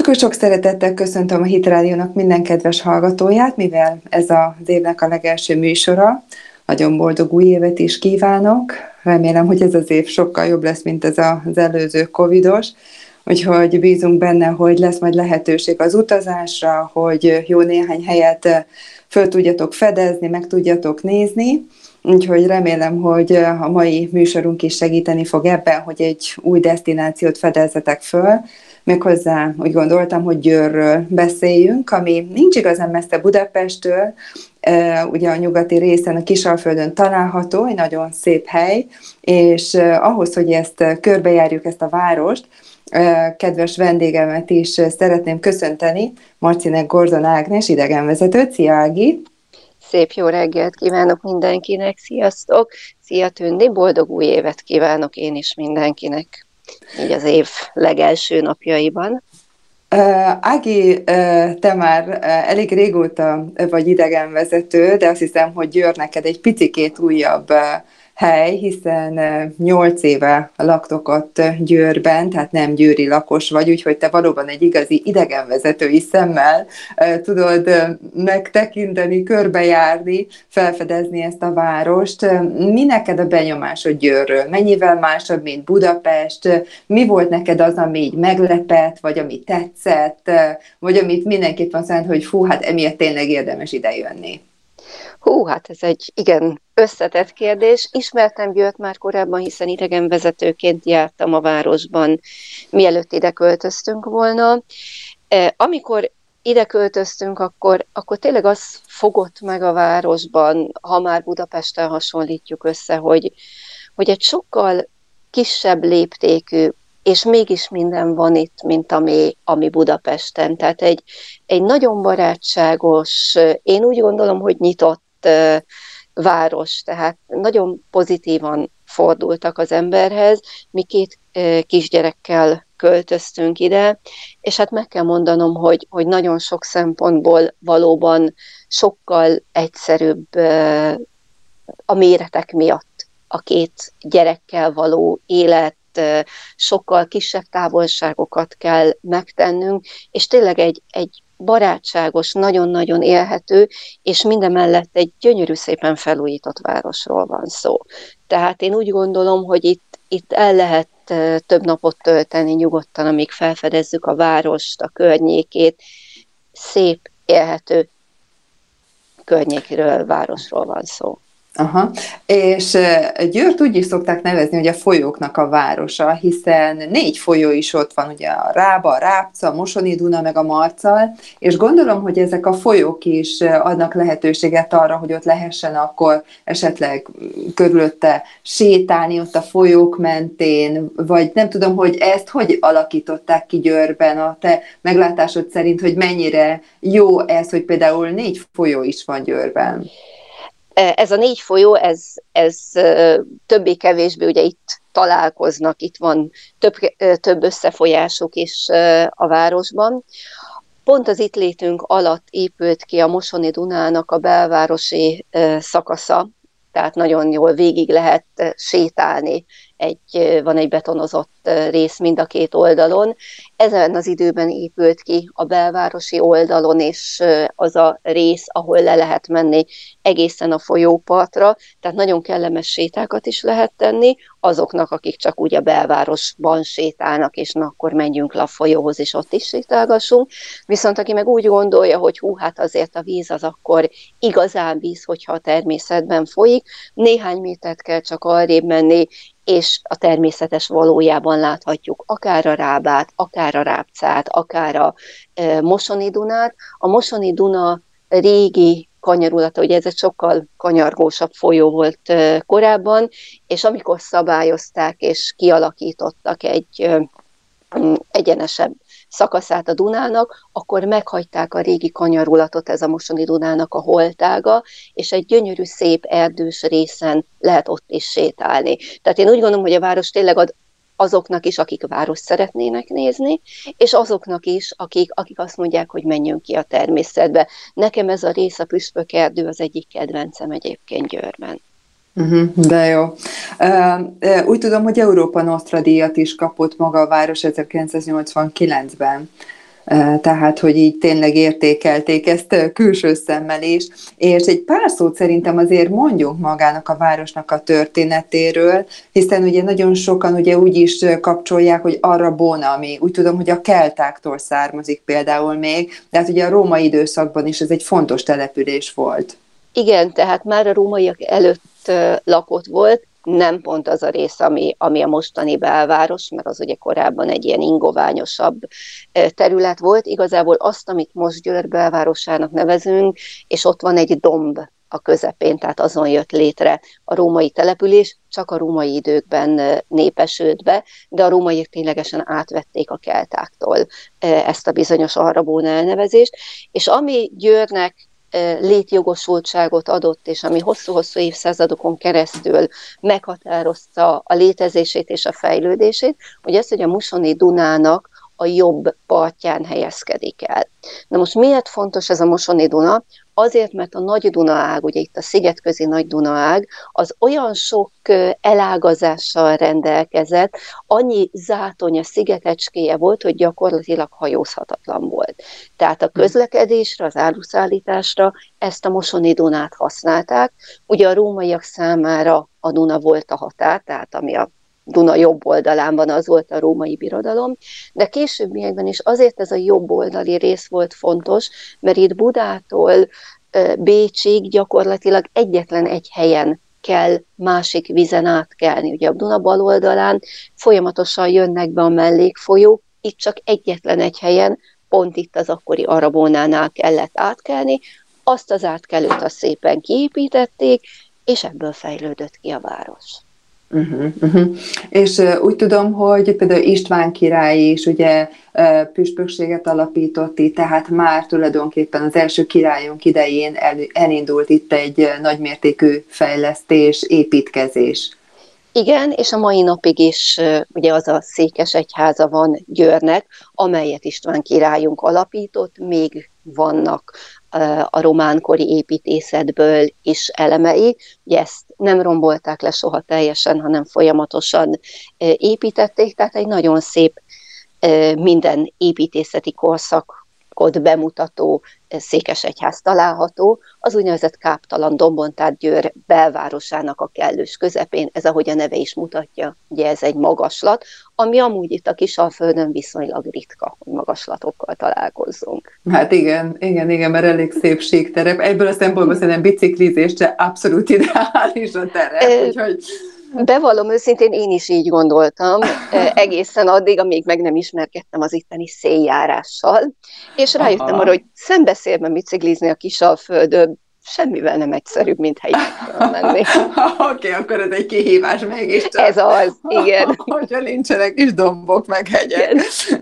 Akkor sok szeretettel köszöntöm a Hit Rádiónak minden kedves hallgatóját, mivel ez az évnek a legelső műsora. Nagyon boldog új évet is kívánok. Remélem, hogy ez az év sokkal jobb lesz, mint ez az előző covidos. Úgyhogy bízunk benne, hogy lesz majd lehetőség az utazásra, hogy jó néhány helyet föl tudjatok fedezni, meg tudjatok nézni. Úgyhogy remélem, hogy a mai műsorunk is segíteni fog ebben, hogy egy új desztinációt fedezzetek föl. Méghozzá úgy gondoltam, hogy Győrről beszéljünk, ami nincs igazán messze Budapesttől, ugye a nyugati részen, a Kisalföldön található, egy nagyon szép hely, és ahhoz, hogy ezt körbejárjuk, ezt a várost, kedves vendégemet is szeretném köszönteni, Marcinek Gordon Ágnes, idegenvezetőt. Szia, Ági! Szép jó reggelt kívánok mindenkinek, sziasztok! Szia Tündi, boldog új évet kívánok én is mindenkinek, így az év legelső napjaiban. Ági, te már elég régóta vagy idegenvezető, de azt hiszem, hogy Győr neked egy picikét újabb hely, hiszen 8 éve laktok ott Győrben, tehát nem győri lakos vagy, úgyhogy te valóban egy igazi idegenvezetői szemmel tudod megtekinteni, körbejárni, felfedezni ezt a várost. Mi neked a benyomásod Győrről? Mennyivel másabb, mint Budapest? Mi volt neked az, ami így meglepett, vagy ami tetszett, vagy amit mindenképpen azt mondod, hogy fú, hát emiatt tényleg érdemes idejönni? Hát ez egy igen összetett kérdés. Ismertem Győrt már korábban, hiszen idegenvezetőként jártam a városban, mielőtt ide költöztünk volna. Amikor ide költöztünk, akkor tényleg az fogott meg a városban, ha már Budapesten hasonlítjuk össze, hogy egy sokkal kisebb léptékű, és mégis minden van itt, mint ami Budapesten. Tehát egy nagyon barátságos, én úgy gondolom, hogy nyitott város, tehát nagyon pozitívan fordultak az emberhez. Mi 2 kisgyerekkel költöztünk ide, és hát meg kell mondanom, hogy nagyon sok szempontból valóban sokkal egyszerűbb a méretek miatt a 2 gyerekkel való élet, sokkal kisebb távolságokat kell megtennünk, és tényleg egy barátságos, nagyon-nagyon élhető, és mindemellett egy gyönyörű, szépen felújított városról van szó. Tehát én úgy gondolom, hogy itt el lehet több napot tölteni nyugodtan, amíg felfedezzük a várost, a környékét. Szép, élhető környékről, városról van szó. Aha. És Győrt úgy is szokták nevezni, hogy a folyóknak a városa, hiszen 4 folyó is ott van, ugye a Rába, a Rábca, a Mosoni Duna, meg a Marcal, és gondolom, hogy ezek a folyók is adnak lehetőséget arra, hogy ott lehessen akkor esetleg körülötte sétálni ott a folyók mentén, vagy nem tudom, hogy ezt hogy alakították ki Győrben a te meglátásod szerint, hogy mennyire jó ez, hogy például 4 folyó is van Győrben. Ez a 4 folyó, ez többé-kevésbé ugye itt találkoznak, itt van több összefolyásuk is a városban. Pont az itt létünk alatt épült ki a Mosoni Dunának a belvárosi szakasza, tehát nagyon jól végig lehet sétálni, van egy betonozott rész mind a 2 oldalon. Ezen az időben épült ki a belvárosi oldalon, és az a rész, ahol le lehet menni egészen a folyópartra, tehát nagyon kellemes sétákat is lehet tenni azoknak, akik csak úgy a belvárosban sétálnak, és na, akkor menjünk le a folyóhoz, és ott is sétálgassunk. Viszont aki meg úgy gondolja, hogy hát azért a víz az akkor igazán víz, hogyha a természetben folyik, néhány métert kell csak arrébb menni, és a természetes valójában láthatjuk akár a Rábát, akár a Rábcát, akár a Mosoni Dunát. A Mosoni Duna régi kanyarulata, ugye ez egy sokkal kanyargósabb folyó volt korábban, és amikor szabályozták és kialakítottak egy egyenesebb szakaszát a Dunának, akkor meghagyták a régi kanyarulatot, ez a Mosoni Dunának a holtága, és egy gyönyörű, szép erdős részen lehet ott is sétálni. Tehát én úgy gondolom, hogy a város tényleg ad azoknak is, akik várost szeretnének nézni, és azoknak is, akik azt mondják, hogy menjünk ki a természetbe. Nekem ez a rész, a püspökerdő az egyik kedvencem egyébként Győrben. De jó. Úgy tudom, hogy Európa Nostra díjat is kapott maga a város 1989-ben. tehát, hogy így tényleg értékelték ezt külső szemmel is, és egy pár szót szerintem azért mondjunk magának a városnak a történetéről, hiszen ugye nagyon sokan ugye úgy is kapcsolják, hogy Arrabona, ami úgy tudom, hogy a keltáktól származik például még, de hát ugye a római időszakban is ez egy fontos település volt. Igen, tehát már a rómaiak előtt lakott volt, nem pont az a rész, ami a mostani belváros, mert az ugye korábban egy ilyen ingoványosabb terület volt. Igazából azt, amit most Győr belvárosának nevezünk, és ott van egy domb a közepén, tehát azon jött létre a római település, csak a római időkben népesült be, de a rómaiak ténylegesen átvették a keltáktól ezt a bizonyos Arrabóna elnevezést, és ami Győrnek létjogosultságot adott, és ami hosszú-hosszú évszázadokon keresztül meghatározta a létezését és a fejlődését, hogy ez, hogy a Mosoni Dunának a jobb partján helyezkedik el. Na most miért fontos ez a Mosoni Duna? Azért, mert a Nagy Duna ág, ugye itt a szigetközi Nagy Duna ág, az olyan sok elágazással rendelkezett, annyi zátonya, szigetecskéje volt, hogy gyakorlatilag hajózhatatlan volt. Tehát a közlekedésre, az áruszállításra ezt a Mosoni Dunát használták. Ugye a rómaiak számára a Duna volt a határ, tehát ami a Duna jobb oldalán van, az volt a római birodalom, de későbbiekben is azért ez a jobb oldali rész volt fontos, mert itt Budától Bécsig gyakorlatilag egyetlen egy helyen kell másik vízen átkelni. Ugye a Duna bal oldalán folyamatosan jönnek be a mellékfolyók, itt csak egyetlen egy helyen, pont itt az akkori Arrabónánál kellett átkelni, azt az átkelőt azt szépen kiépítették, és ebből fejlődött ki a város. És úgy tudom, hogy például István király is ugye püspökséget alapított itt, tehát már tulajdonképpen az első királyunk idején elindult itt egy nagymértékű fejlesztés, építkezés. Igen, és a mai napig is ugye az a székesegyháza van Győrnek, amelyet István királyunk alapított, még vannak a románkori építészetből is elemei. Ugye ezt nem rombolták le soha teljesen, hanem folyamatosan építették, tehát egy nagyon szép minden építészeti korszakot bemutató székesegyház található, az úgynevezett káptalan dombon, tehát Győr belvárosának a kellős közepén, ez ahogy a neve is mutatja, ugye ez egy magaslat, ami amúgy itt a Kisalföldön viszonylag ritka, hogy magaslatokkal találkozzunk. Hát igen, mert elég szép síkterep. Ebből a szempontból szerintem biciklizésre abszolút ideális a terep, úgyhogy... Bevallom őszintén, én is így gondoltam, egészen addig, amíg meg nem ismerkedtem az itteni széljárással, és rájöttem arra, hogy szembeszélben biciklizni a Kisalföldön semmivel nem egyszerűbb, mint helyekről menni. Oké, akkor ez egy kihívás mégiscsak. Ez az, igen. Hogyha nincsenek is dombok, meg hegyek.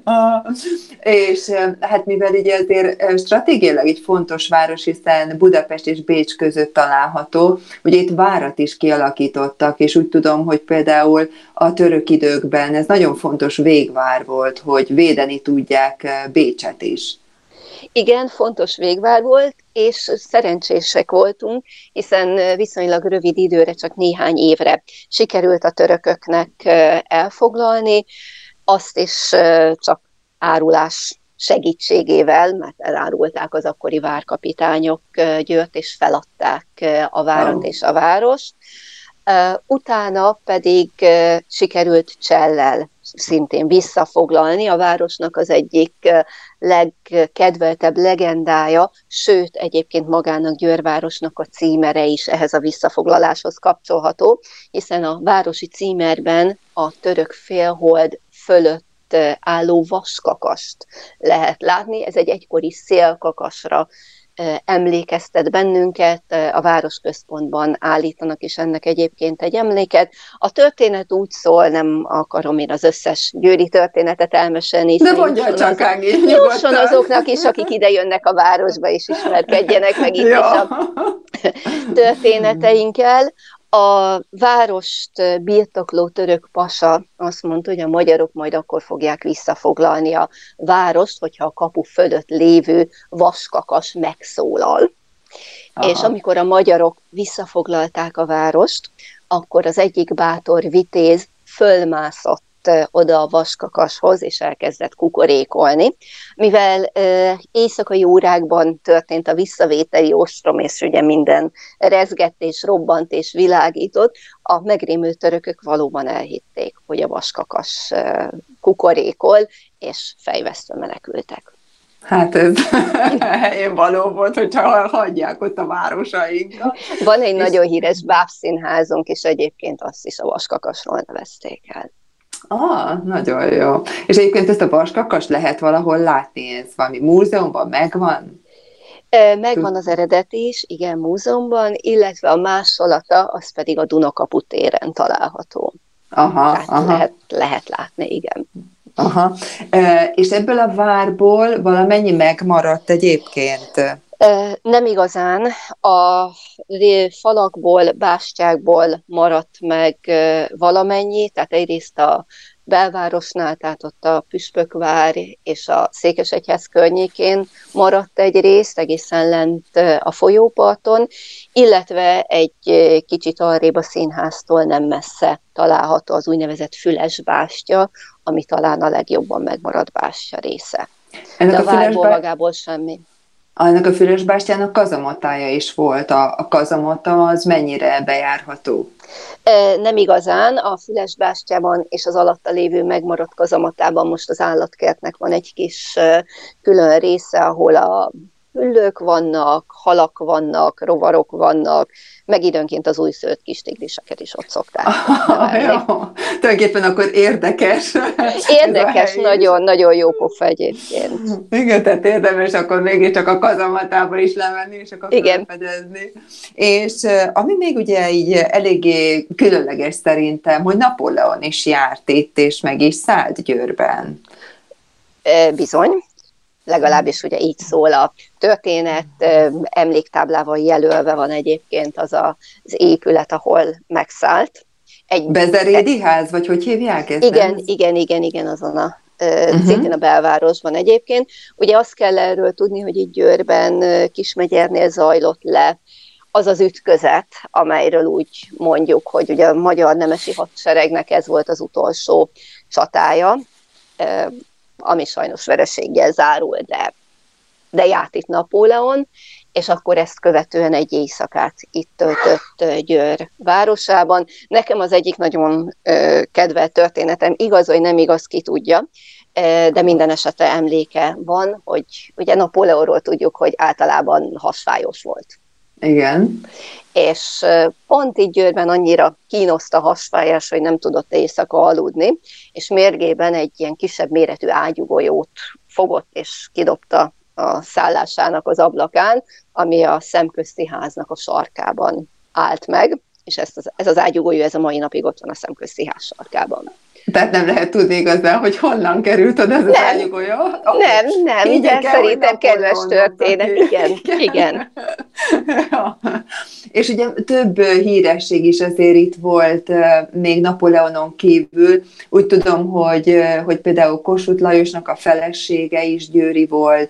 És hát mivel ugye azért stratégiailag egy fontos város, hiszen Budapest és Bécs között található, ugye itt várat is kialakítottak, és úgy tudom, hogy például a török időkben ez nagyon fontos végvár volt, hogy védeni tudják Bécset is. Igen, fontos végvár volt, és szerencsések voltunk, hiszen viszonylag rövid időre, csak néhány évre sikerült a törököknek elfoglalni, azt is csak árulás segítségével, mert elárulták az akkori várkapitányok Győrt, és feladták a várat és a várost. Utána pedig sikerült Csellel szintén visszafoglalni, a városnak az egyik legkedveltebb legendája, sőt egyébként magának Győrvárosnak a címere is ehhez a visszafoglaláshoz kapcsolható, hiszen a városi címerben a török félhold fölött álló vaskakast lehet látni, ez egy egykori szélkakasra emlékeztet bennünket, a városközpontban állítanak is ennek egyébként egy emléket. A történet úgy szól, nem akarom én az összes győri történetet elmesélni. De mondja csak, Ági, jusson azoknak is, akik ide jönnek a városba, és ismerkedjenek meg itt is a történeteinkkel. A várost birtokló török pasa azt mondta, hogy a magyarok majd akkor fogják visszafoglalni a várost, hogyha a kapu fölött lévő vaskakas megszólal. Aha. És amikor a magyarok visszafoglalták a várost, akkor az egyik bátor vitéz fölmászott oda a vaskakashoz, és elkezdett kukorékolni. Mivel éjszakai órákban történt a visszavételi ostrom, és ugye minden rezgett és robbant és világított, a megrémült törökök valóban elhitték, hogy a vaskakas kukorékol, és fejvesztve menekültek. Hát ez helyén való volt, hogyha hagyják ott a városainkat. Van egy nagyon híres bábszínházunk, és egyébként azt is a vaskakasról nevezték el. Nagyon jó. És egyébként ezt a vaskakas lehet valahol látni? Ez valami múzeumban megvan? Megvan az eredeti is, igen, múzeumban, illetve a másolata, az pedig a Dunakapu téren található. Tehát lehet látni, igen. És ebből a várból valamennyi megmaradt egyébként? Nem igazán. A falakból, bástyákból maradt meg valamennyi, tehát egyrészt a belvárosnál, tehát ott a Püspökvár és a Székesegyház környékén maradt egy rész, egészen lent a folyóparton, illetve egy kicsit arrébb a színháztól nem messze található az úgynevezett Füles bástya, ami talán a legjobban megmaradt bástya része. De a várból magából semmi. Ennek a Fülösbástyának kazamatája is volt. A kazamata az mennyire bejárható? Nem igazán. A Fülesbástyában és az alatta lévő megmaradt kazamatában most az állatkertnek van egy kis külön része, ahol a hüllők vannak, halak vannak, rovarok vannak, meg időnként az újszülött kis tigriseket is ott szokták. Tulajdonképpen akkor érdekes. Érdekes, nagyon jó pofa egyébként. Igen, tehát érdemes akkor mégiscsak a kazamatába is lemenni, és akkor felfedezni. És ami még ugye így eléggé különleges szerintem, hogy Napóleon is járt itt, és meg is szállt Győrben. Bizony. Legalábbis ugye így szól a történet, emléktáblával jelölve van egyébként az épület, ahol megszállt. Bezerédi ház, vagy hogy hívják ezt? Igen, azon szintén a belvárosban egyébként. Ugye azt kell erről tudni, hogy itt Győrben, Kismegyernél zajlott le az az ütközet, amelyről úgy mondjuk, hogy ugye a magyar nemesi hadseregnek ez volt az utolsó csatája, ami sajnos vereséggel zárul, de járt itt Napóleon, és akkor ezt követően egy éjszakát itt töltött Győr városában. Nekem az egyik nagyon kedvelt történetem, igaz vagy nem igaz, ki tudja, de minden esetre emléke van, hogy ugye Napóleonról tudjuk, hogy általában hasfájos volt. Igen. És pont így Győrben annyira kínoszta a hasfájás, hogy nem tudott éjszaka aludni, és mérgében egy ilyen kisebb méretű ágyúgolyót fogott és kidobta a szállásának az ablakán, ami a Szemközti háznak a sarkában állt meg, és ez az ágyúgolyó ez a mai napig ott van a Szemközti ház sarkában. Tehát nem lehet tudni igazán, hogy honnan került oda ez az ágyúgolyó? Nem, de szerintem kedves történet. Igen. Ja. És ugye több híresség is azért itt volt még Napóleonon kívül. Úgy tudom, hogy például Kossuth Lajosnak a felesége is győri volt.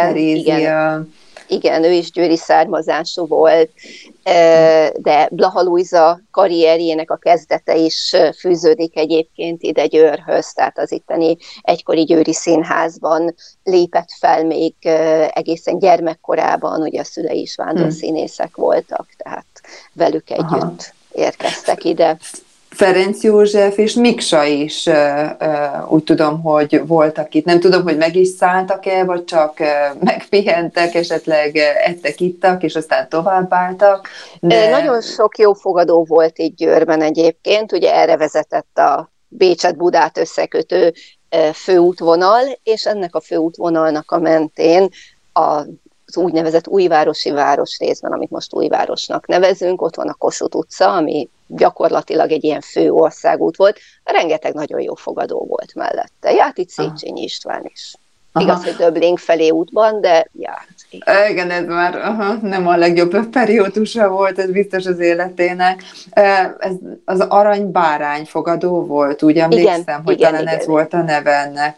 Igen, ő is győri származású volt, de Blaha Lujza karrierjének a kezdete is fűződik egyébként ide Győrhöz, tehát az itteni egykori győri színházban lépett fel még egészen gyermekkorában, ugye a szülei is vándorszínészek voltak, tehát velük együtt érkeztek ide. Ferenc József és Miksa is úgy tudom, hogy voltak itt. Nem tudom, hogy meg is szálltak-e, vagy csak megpihentek, esetleg ettek, ittak, és aztán továbbálltak. De... Nagyon sok jó fogadó volt itt Győrben egyébként, ugye erre vezetett a Bécset-Budát összekötő főútvonal, és ennek a főútvonalnak a mentén az úgynevezett újvárosi városrészben, amit most Újvárosnak nevezünk, ott van a Kossuth utca, ami gyakorlatilag egy ilyen fő országút volt, rengeteg nagyon jó fogadó volt mellette. Járt itt Széchenyi István is. Igaz, hogy Döbling felé útban, de járt. Igen, ez már nem a legjobb periódusa volt, ez biztos az életének. Ez az aranybárány fogadó volt, úgy Igen, emlékszem, hogy igen, talán ez igen. volt a neve ennek.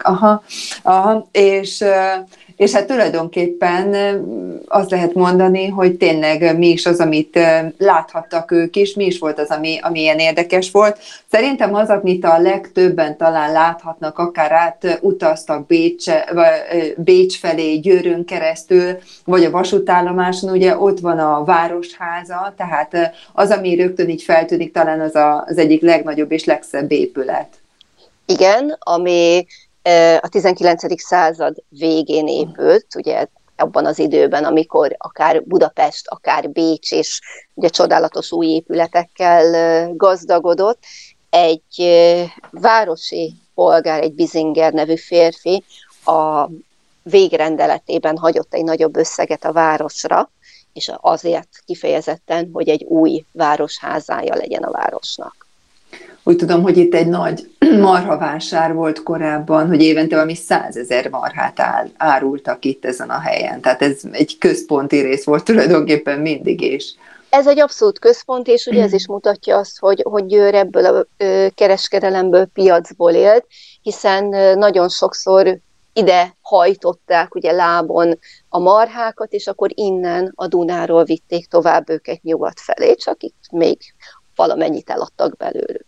És hát tulajdonképpen azt lehet mondani, hogy tényleg mi is az, amit láthattak ők is, mi is volt az, ami ilyen érdekes volt. Szerintem az, amit a legtöbben talán láthatnak, akár utaztak Bécs felé, Győrön keresztül, vagy a vasútállomáson, ugye ott van a Városháza, tehát az, ami rögtön így feltűnik, talán az egyik legnagyobb és legszebb épület. Igen, ami a 19. század végén épült, ugye abban az időben, amikor akár Budapest, akár Bécs és ugye csodálatos új épületekkel gazdagodott, egy városi polgár, egy Bizinger nevű férfi a végrendeletében hagyott egy nagyobb összeget a városra, és azért kifejezetten, hogy egy új városházája legyen a városnak. Úgy tudom, hogy itt egy nagy marhavásár volt korábban, hogy évente valami 100 000 marhát árultak itt ezen a helyen. Tehát ez egy központi rész volt tulajdonképpen mindig is. Ez egy abszolút központ, és ugye ez is mutatja azt, hogy Győr ebből a kereskedelemből, piacból élt, hiszen nagyon sokszor ide hajtották ugye lábon a marhákat, és akkor innen a Dunáról vitték tovább őket nyugat felé, csak itt még valamennyit eladtak belőlük.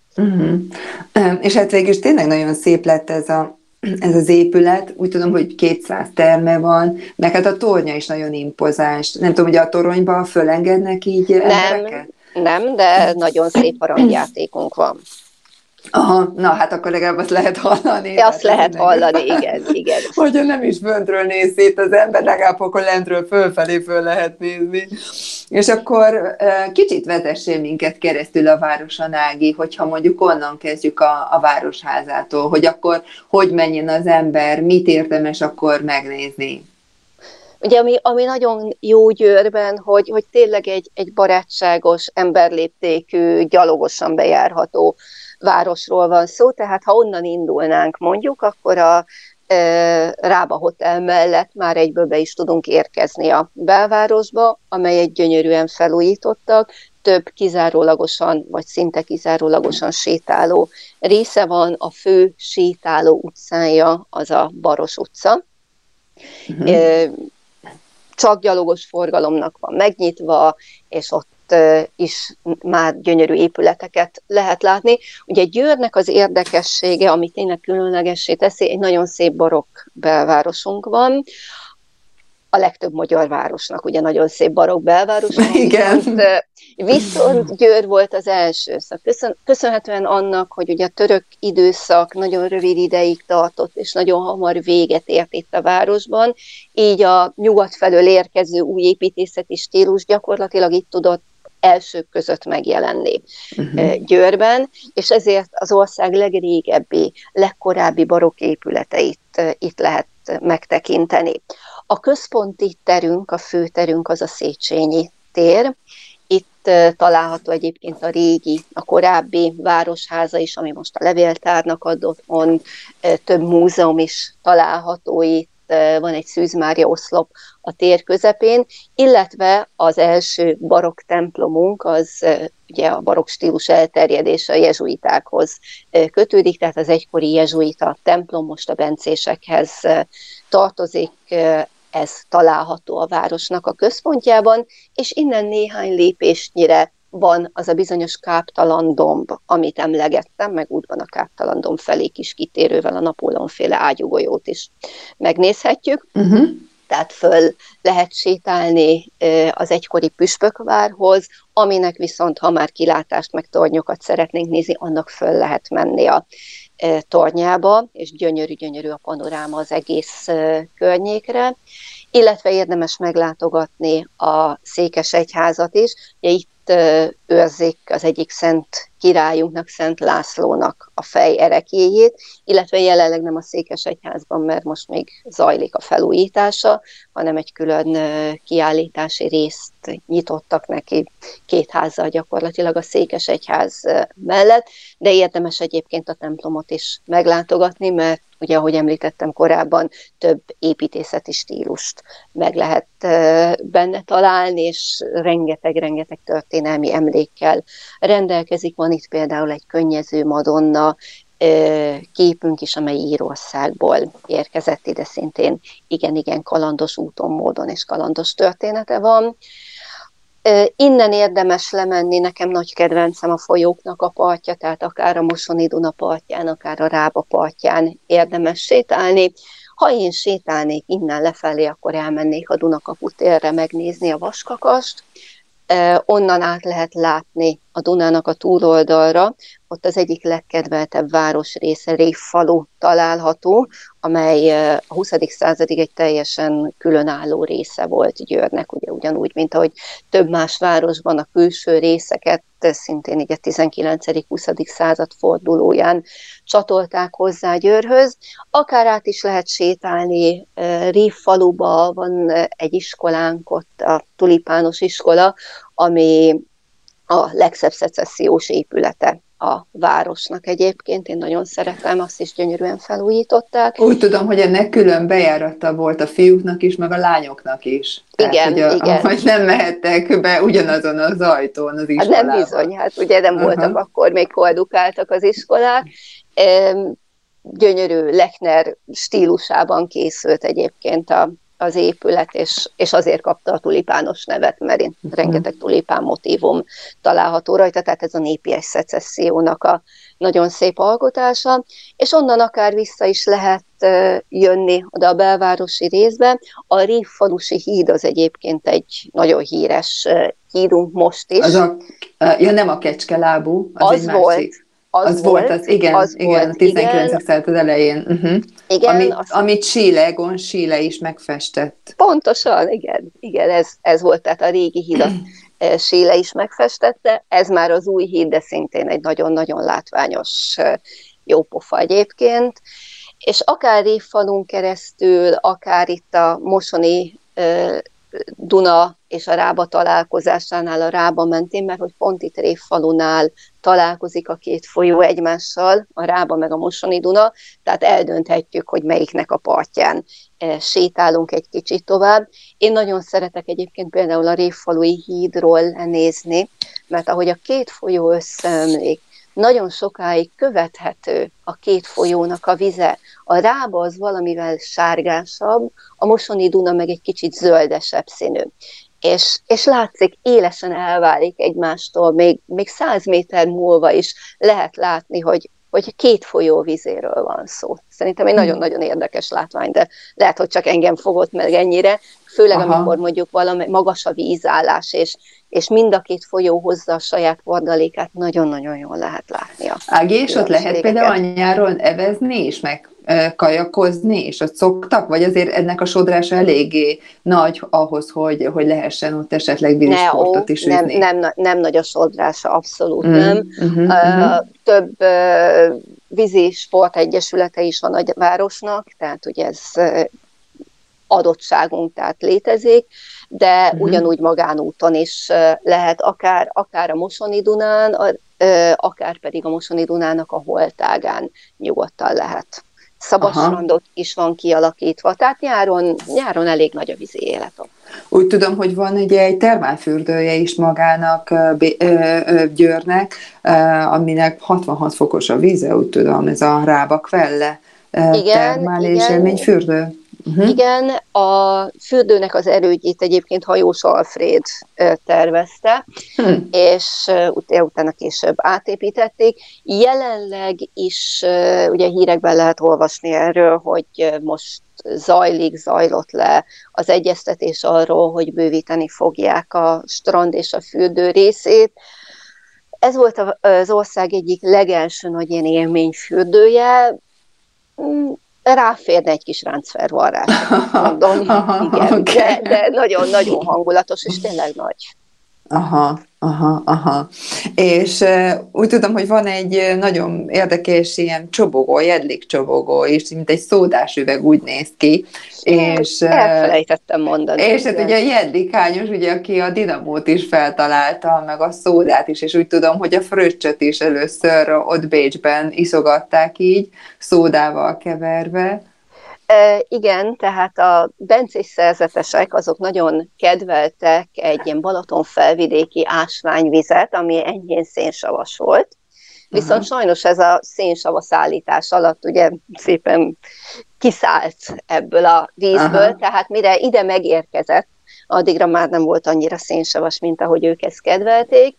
És hát végül is tényleg nagyon szép lett ez az épület. Úgy tudom, hogy 200 terme van, meg hát a tornya is nagyon impozáns. Nem tudom, hogy a toronyba fölengednek így embereket? Nem, de nagyon szép aranyjátékunk van. Aha, na hát akkor legalább azt lehet hallani. Azt lehet hallani, igen. Hogyha nem is föntről néz szét az ember, legalább akkor lentről fölfelé föl lehet nézni. És akkor kicsit vezessél minket keresztül a városon, Ági, hogyha mondjuk onnan kezdjük a Városházától, hogy akkor hogy menjen az ember, mit érdemes akkor megnézni. Ugye, ami nagyon jó Győrben, hogy tényleg egy barátságos, emberléptékű, gyalogosan bejárható városról van szó, tehát ha onnan indulnánk mondjuk, akkor a Rába Hotel mellett már egyből be is tudunk érkezni a belvárosba, amelyet gyönyörűen felújítottak, több kizárólagosan, vagy szinte kizárólagosan sétáló része van, a fő sétáló utcája az a Baros utca. Csak gyalogos forgalomnak van megnyitva, és ott is már gyönyörű épületeket lehet látni. Ugye Győrnek az érdekessége, ami tényleg különlegessé teszi, egy nagyon szép barokk belvárosunk van. A legtöbb magyar városnak ugye nagyon szép barokk belvárosunk. Igen. Viszont Győr volt az első. Köszönhetően annak, hogy ugye a török időszak nagyon rövid ideig tartott, és nagyon hamar véget ért itt a városban, így a nyugat felől érkező új építészeti stílus gyakorlatilag itt tudott elsők között megjelenni Győrben, és ezért az ország legrégebbi, legkorábbi barokk épületeit itt lehet megtekinteni. A központi terünk, a főterünk az a Széchenyi tér. Itt található egyébként a régi, a korábbi városháza is, ami most a levéltárnak ad otthon, több múzeum is található itt, van egy Szűz Mária oszlop a tér közepén, illetve az első barokk templomunk, az ugye a barokk stílus elterjedése a jezsuitákhoz kötődik, tehát az egykori jezsuita templom most a bencésekhez tartozik, ez található a városnak a központjában, és innen néhány lépésnyire van az a bizonyos káptalan domb, amit emlegettem, meg útban a káptalan domb felé kis kitérővel a Napóleon-féle ágyúgolyót is megnézhetjük. Tehát föl lehet sétálni az egykori püspökvárhoz, aminek viszont, ha már kilátást meg tornyokat szeretnénk nézni, annak föl lehet menni a tornyába, és gyönyörű a panoráma az egész környékre, illetve érdemes meglátogatni a székesegyházat is. Ugye itt őrzik az egyik szent királyunknak, Szent Lászlónak a fej ereklyéjét, illetve jelenleg nem a Székesegyházban, mert most még zajlik a felújítása, hanem egy külön kiállítási részt nyitottak neki, 2 házzal gyakorlatilag a Székesegyház mellett, de érdemes egyébként a templomot is meglátogatni, mert ugye, ahogy említettem korábban, több építészeti stílust meg lehet benne találni, és rengeteg történelmi emlékkel rendelkezik. Van itt például egy könnyező Madonna képünk is, amely Írországból érkezett ide, szintén igen kalandos úton, módon és kalandos története van. Innen érdemes lemenni, nekem nagy kedvencem a folyóknak a partja, tehát akár a Mosoni Duna partján, akár a Rába partján érdemes sétálni. Ha én sétálnék innen lefelé, akkor elmennék a Dunakapu térre megnézni a Vaskakast. Onnan át lehet látni a Dunának a túloldalra, ott az egyik legkedveltebb városrésze, Révfalu található, amely a 20. századig egy teljesen különálló része volt Győrnek, ugye ugyanúgy, mint ahogy több más városban a külső részeket szintén így a 19.-20. század fordulóján csatolták hozzá Győrhöz. Akár át is lehet sétálni, Révfaluba van egy iskolánk, ott a tulipános iskola, ami a legszebb szecessziós épülete a városnak egyébként. Én nagyon szeretem, azt is gyönyörűen felújították. Úgy tudom, hogy ennek külön bejárata volt a fiúknak is, meg a lányoknak is. Tehát, Igen. hogy nem mehettek be ugyanazon az ajtón az iskolában. Hát nem bizony, hát ugye nem voltak akkor még koldukáltak az iskolák. Gyönyörű Lechner stílusában készült egyébként az épület, és azért kapta a tulipános nevet, mert rengeteg tulipán motívum található rajta, tehát ez a népies szecessziónak a nagyon szép alkotása, és onnan akár vissza is lehet jönni oda a belvárosi részbe. A Révfalusi híd az egyébként egy nagyon híres hídunk most is. Nem a kecskelábú, az egy volt. másik. Az volt, a 19. század elején. Igen, amit Egon Schiele is megfestett. Pontosan, igen, ez volt, tehát a régi hídat Schiele is megfestette, ez már az új híd, de szintén egy nagyon-nagyon látványos jópofa egyébként, és akár Révfalun keresztül, akár itt a Mosoni Duna és a Rába találkozásánál a Rába mentén, mert hogy pont itt Révfalunál találkozik a 2 folyó egymással, a Rába meg a Mosoni Duna, tehát eldönthetjük, hogy melyiknek a partján sétálunk egy kicsit tovább. Én nagyon szeretek egyébként például a Révfalui hídról lenézni, mert ahogy a 2 folyó összeömlik, nagyon sokáig követhető a 2 folyónak a vize. A Rába az valamivel sárgásabb, a Mosoni Duna meg egy kicsit zöldesebb színű. És látszik, élesen elválik egymástól, még 100 méter múlva is lehet látni, hogy 2 folyó vizéről van szó. Szerintem egy nagyon-nagyon érdekes látvány, de lehet, hogy csak engem fogott meg ennyire, főleg amikor mondjuk valami magas a vízállás, és mind a 2 folyó hozza a saját vardalékát, nagyon-nagyon jól lehet látni. Ági, és ott lehet például a nyáron evezni és meg kajakozni, és ott szoktak, vagy azért ennek a sodrása eléggé nagy ahhoz, hogy lehessen ott esetleg vízisportot is űzni? Nem nagy a sodrása, abszolút nem. Több vízi sportegyesülete is van a városnak, tehát ugye ez adottságunk, tehát létezik, de ugyanúgy magánúton is lehet, akár a Mosoni Dunán, akár pedig a Mosoni Dunának a holtágán nyugodtan lehet. Szabadstrandok is van kialakítva, tehát nyáron elég nagy a vízi élet. Úgy tudom, hogy van ugye egy termálfürdője is magának Győrnek, aminek 66 fokos a víze, úgy tudom, ez a Rába Quelle termál és élményfürdő. Igen, a fürdőnek az erődjét egyébként Hajós Alfréd tervezte, és utána később átépítették. Jelenleg is ugye hírekben lehet olvasni erről, hogy most zajlott le az egyeztetés arról, hogy bővíteni fogják a strand és a fürdő részét. Ez volt az ország egyik legelső nagy ilyen élményfürdője. Ráférne egy kis ráncfervarrás, mondom. Igen, okay. de nagyon-nagyon hangulatos, és tényleg nagy. Aha, aha, aha. És úgy tudom, hogy van egy nagyon érdekes ilyen csobogó, jedlik csobogó is, mint egy szódás üveg, úgy néz ki, és Elfelejtettem mondani, és hát ugye igen. a Jedlikányos, ugye, aki a dinamót is feltalálta, meg a szódát is, és úgy tudom, hogy a fröccsöt is először ott Bécsben iszogatták így, szódával keverve. Igen, tehát a bencés szerzetesek azok nagyon kedveltek egy ilyen Balaton felvidéki ásványvizet, ami enyhén szénsavas volt. Viszont Aha, sajnos ez a szénsava szállítás alatt ugye szépen kiszállt ebből a vízből, aha, tehát mire ide megérkezett, addigra már nem volt annyira szénsavas, mint ahogy ők ezt kedvelték,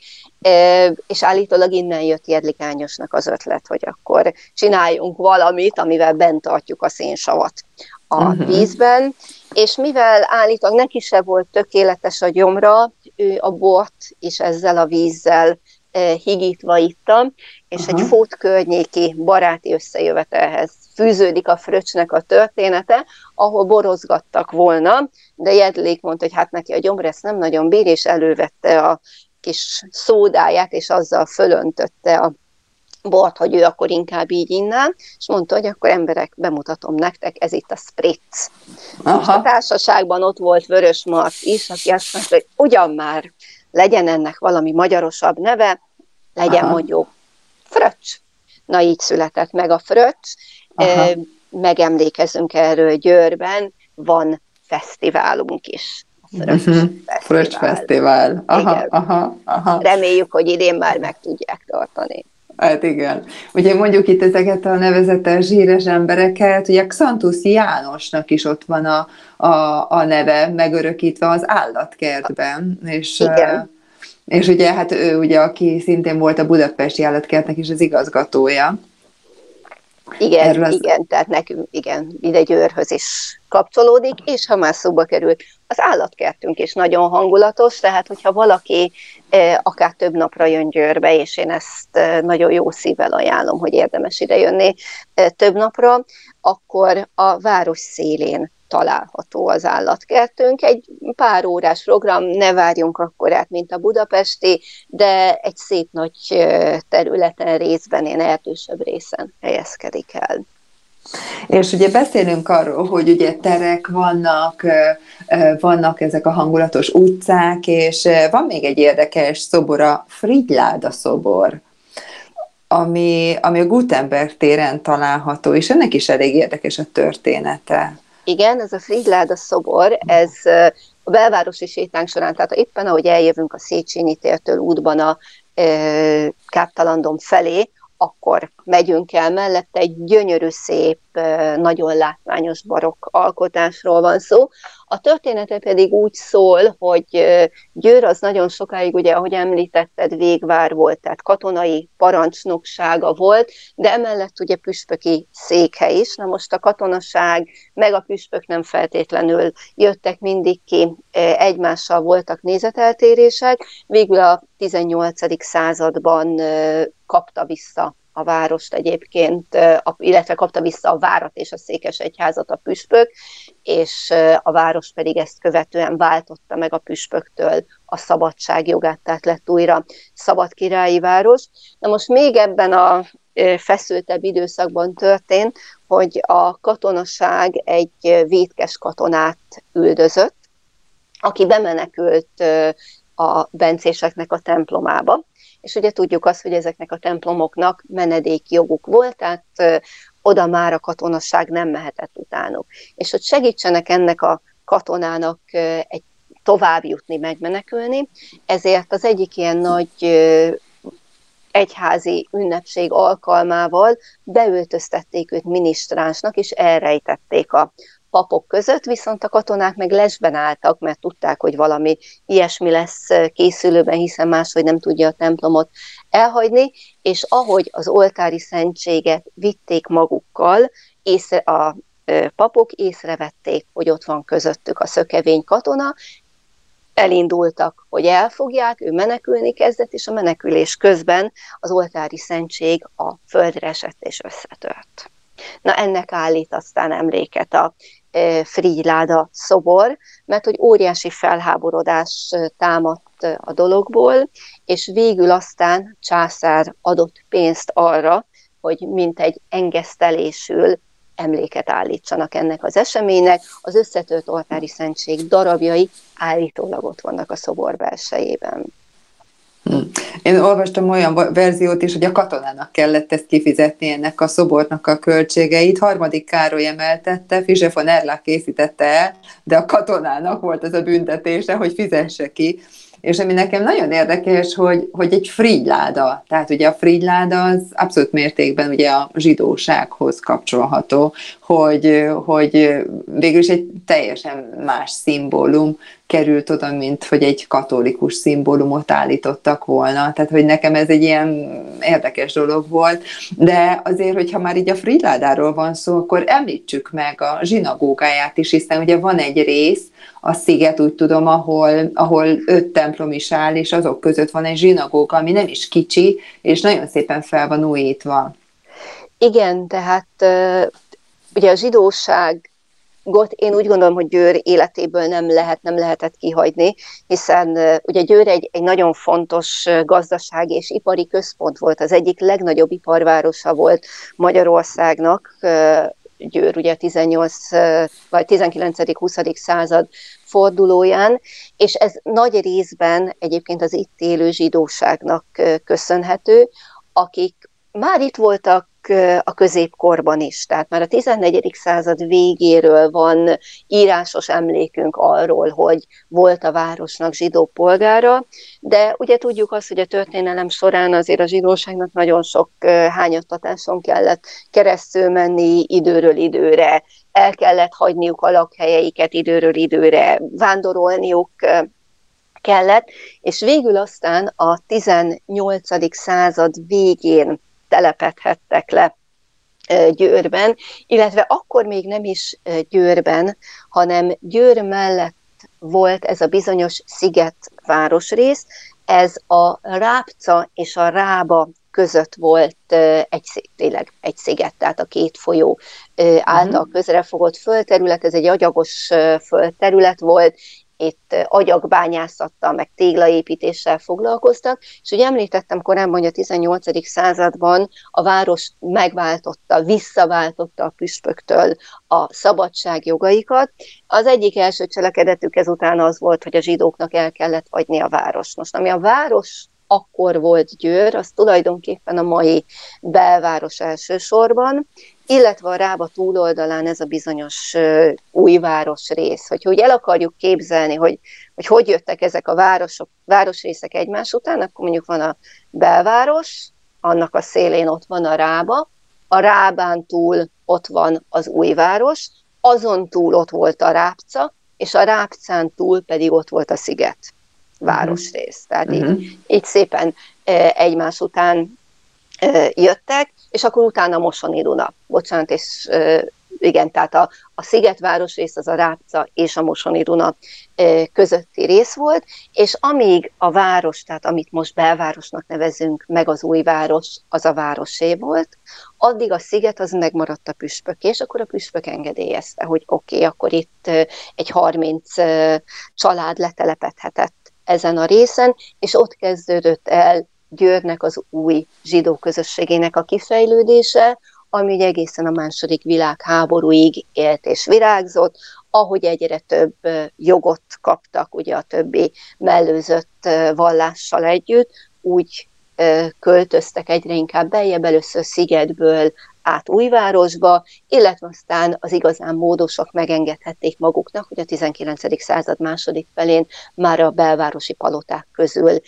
és állítólag innen jött Jedlikányosnak az ötlet, hogy akkor csináljunk valamit, amivel bent tartjuk a szénsavat a uh-huh, vízben, és mivel állítólag neki se volt tökéletes a gyomra, ő a bort is ezzel a vízzel higítva itta, és egy aha, Fót környéki baráti összejövetelhez fűződik a fröccsnek a története, ahol borozgattak volna, de Jedlik mondta, hogy hát neki a gyomra ezt nem nagyon bír, és elővette a kis szódáját, és azzal fölöntötte a bort, hogy ő akkor inkább így inná, és mondta, hogy akkor emberek, bemutatom nektek, ez itt a spritz. Na most a aha, társaságban ott volt Vörös Mark is, aki azt mondta, hogy ugyan már legyen ennek valami magyarosabb neve, legyen aha, mondjuk fröccs. Na így született meg a fröccs. aha, Megemlékezünk erről Győrben, van fesztiválunk is, a Fröccs uh-huh. Fröccs Fesztivál. Fesztivál, aha, Igen. aha, aha. Reméljük, hogy idén már meg tudják tartani. Hát igen. Ugye mondjuk itt ezeket a nevezetes zsíres embereket, ugye Xantus Jánosnak is ott van a neve megörökítve az állatkertben, Igen. és ugye hát ő ugye, aki szintén volt a Budapesti Állatkertnek is az igazgatója. Igen, Erről az... igen, tehát nekünk igen, ide Győrhöz is kapcsolódik, és ha már szóba került, az állatkertünk is nagyon hangulatos, tehát hogyha valaki akár több napra jön Győrbe, és én ezt nagyon jó szívvel ajánlom, hogy érdemes ide jönni több napra, akkor a város szélén található az állatkertünk. Egy pár órás program, ne várjunk akkorát, mint a budapesti, de egy szép nagy területen, részben, én erdősebb részen helyezkedik el. És ugye beszélünk arról, hogy ugye terek vannak, vannak ezek a hangulatos utcák, és van még egy érdekes szobor, a Frigyláda szobor, ami a Gutenberg téren található, és ennek is elég érdekes a története. Igen, ez a Frigyláda szobor, ez a belvárosi sétánk során, tehát éppen ahogy eljövünk a Széchenyi tértől útban a Káptalandon felé, akkor megyünk el mellette, egy gyönyörű, szép, nagyon látványos barokk alkotásról van szó. A története pedig úgy szól, hogy Győr az nagyon sokáig, ugye, ahogy említetted, végvár volt, tehát katonai parancsnoksága volt, de emellett ugye püspöki székhely is. Na most a katonaság meg a püspök nem feltétlenül jöttek mindig ki, egymással voltak nézeteltérések, végül a 18. században kapta vissza a várost egyébként, illetve kapta vissza a várat és a székesegyházat a püspök, és a város pedig ezt követően váltotta meg a püspöktől a szabadságjogát, tehát lett újra szabad királyi város. Na most még ebben a feszültebb időszakban történt, hogy a katonaság egy vétkes katonát üldözött, aki bemenekült a bencéseknek a templomába, és ugye tudjuk azt, hogy ezeknek a templomoknak menedékjoguk volt, tehát oda már a katonaság nem mehetett utánuk. És hogy segítsenek ennek a katonának egy tovább jutni, megmenekülni, ezért az egyik ilyen nagy egyházi ünnepség alkalmával beöltöztették őt minisztránsnak, és elrejtették a papok között, viszont a katonák meg lesben álltak, mert tudták, hogy valami ilyesmi lesz készülőben, hiszen máshogy nem tudja a templomot elhagyni, és ahogy az oltári szentséget vitték magukkal, a papok észrevették, hogy ott van közöttük a szökevény katona, elindultak, hogy elfogják, ő menekülni kezdett, és a menekülés közben az oltári szentség a földre esett és összetört. Na ennek állít aztán emléket a Frigyláda szobor, mert hogy óriási felháborodás támadt a dologból, és végül aztán császár adott pénzt arra, hogy mintegy engesztelésül emléket állítsanak ennek az eseménynek. Az összetört oltári szentség darabjai állítólag ott vannak a szobor belsejében. Én olvastam olyan verziót is, hogy a katonának kellett ezt kifizetni, ennek a szobornak a költségeit. Harmadik Károly emeltette, Fischer von Erlach készítette el, de a katonának volt az a büntetése, hogy fizesse ki. És ami nekem nagyon érdekes, hogy egy frigyláda, tehát ugye a frigyláda az abszolút mértékben ugye a zsidósághoz kapcsolható, hogy végül is egy teljesen más szimbólum került oda, mint hogy egy katolikus szimbólumot állítottak volna. Tehát, hogy nekem ez egy ilyen érdekes dolog volt. De azért, hogyha már így a frigyládáról van szó, akkor említsük meg a zsinagógáját is, hiszen ugye van egy rész, a sziget, úgy tudom, ahol 5 templom is áll, és azok között van egy zsinagóga, ami nem is kicsi, és nagyon szépen fel van újítva. Igen, tehát ugye a zsidóságot én úgy gondolom, hogy Győr életéből nem lehetett kihagyni, hiszen ugye Győr egy nagyon fontos gazdasági és ipari központ volt, az egyik legnagyobb iparvárosa volt Magyarországnak. Győr ugye 18 vagy 19.-20. század fordulóján, és ez nagy részben egyébként az itt élő zsidóságnak köszönhető, akik már itt voltak a középkorban is. Tehát már a 14. század végéről van írásos emlékünk arról, hogy volt a városnak zsidó polgára, de ugye tudjuk azt, hogy a történelem során azért a zsidóságnak nagyon sok hányattatáson kellett keresztül menni időről időre, el kellett hagyniuk a lakhelyeiket időről időre, vándorolniuk kellett, és végül aztán a 18. század végén telepedhettek le Győrben, illetve akkor még nem is Győrben, hanem Győr mellett volt ez a bizonyos sziget városrész, ez a Rábca és a Rába között volt tényleg egy sziget, tehát a két folyó által közrefogott földterület, ez egy agyagos földterület volt, itt agyagbányászattal, meg téglaépítéssel foglalkoztak, és ugye említettem korábban, hogy a 18. században a város visszaváltotta a püspöktől a szabadságjogaikat. Az egyik első cselekedetük ezután az volt, hogy a zsidóknak el kellett hagyni a város. Most, ami a város akkor volt Győr, az tulajdonképpen a mai belváros elsősorban, illetve a Rába túloldalán ez a bizonyos újváros rész. Hogy el akarjuk képzelni, hogy jöttek ezek a városrészek egymás után, akkor mondjuk van a belváros, annak a szélén ott van a Rába, a Rábán túl ott van az újváros, azon túl ott volt a Rábca, és a Rábcán túl pedig ott volt a sziget városrész. Tehát így szépen egymás után jöttek, és akkor utána Mosoni Duna. Bocsánat, és igen, tehát a szigetvárosrész az a Rábca és a Mosoni Duna közötti rész volt, és amíg a város, tehát amit most belvárosnak nevezünk, meg az újváros, az a városé volt, addig a sziget az megmaradt a püspöké, és akkor a püspök engedélyezte, hogy oké, akkor itt egy 30 család letelepedhetett ezen a részen, és ott kezdődött el Győrnek az új zsidó közösségének a kifejlődése, ami ugye egészen a második világháborúig élt és virágzott, ahogy egyre több jogot kaptak ugye a többi mellőzött vallással együtt, úgy költöztek egyre inkább beljebb, először Szigetből át Újvárosba, illetve aztán az igazán módosok megengedhették maguknak, hogy a 19. század második felén már a belvárosi paloták közül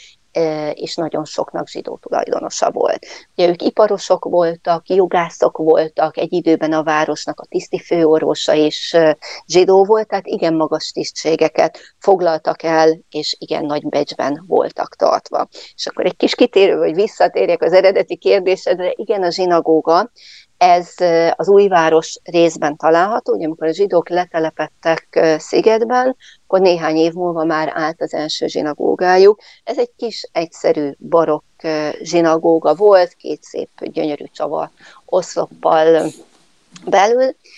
és nagyon soknak zsidó tulajdonosa volt. Ugye ők iparosok voltak, jogászok voltak, egy időben a városnak a tisztifőorvosa is zsidó volt, tehát igen magas tisztségeket foglaltak el, és igen nagy becsben voltak tartva. És akkor egy kis kitérő, hogy visszatérjek az eredeti kérdésedre, igen, a zsinagóga, ez az újváros részben található, ugye amikor a zsidók letelepedtek Szigetben, akkor néhány év múlva már állt az első zsinagógájuk. Ez egy kis, egyszerű barokk zsinagóga volt, két szép, gyönyörű csavar oszloppal belül.